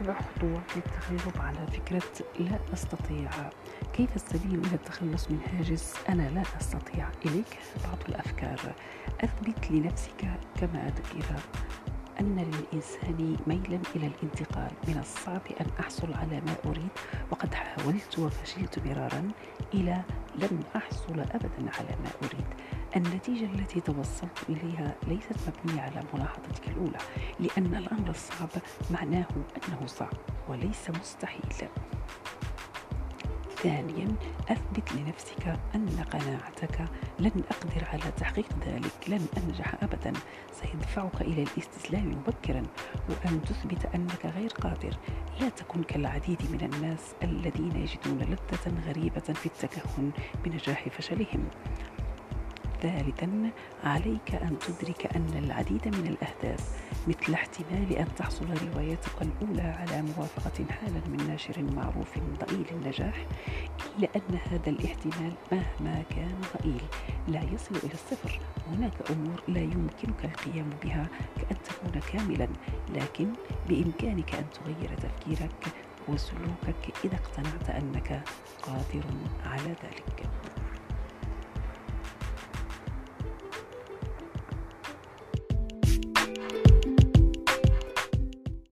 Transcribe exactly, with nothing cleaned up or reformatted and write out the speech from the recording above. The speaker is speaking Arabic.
أسرع خطوة للتغلب على فكرة لا أستطيع. كيف السبيل إلى التخلص من هاجس أنا لا أستطيع؟ إليك بعض الأفكار. أثبت لنفسك كما ذكر أن للإنسان ميلا إلى الانتقال. من الصعب أن أحصل على ما أريد وقد حاولت وفشلت مرارا إلى لن أحصل أبدا على ما أريد. النتيجة التي توصلت إليها ليست مبنية على ملاحظتك الأولى، لأن الأمر الصعب معناه أنه صعب وليس مستحيل. ثانيا، أثبت لنفسك أن قناعتك لن أقدر على تحقيق ذلك، لن أنجح أبدا، سيدفعك إلى الاستسلام مبكرا، وأن تثبت أنك غير قادر. لا تكن كالعديد من الناس الذين يجدون لذة غريبة في التكهن بنجاح فشلهم. ثالثا، عليك أن تدرك أن العديد من الأهداف، مثل احتمال أن تحصل روايتك الأولى على موافقة حالا من ناشر معروف ضئيل النجاح، إلا أن هذا الاحتمال مهما كان ضئيل لا يصل إلى الصفر. هناك أمور لا يمكنك القيام بها كأن تكون كاملا، لكن بإمكانك أن تغير تفكيرك وسلوكك إذا اقتنعت أنك قادر على ذلك.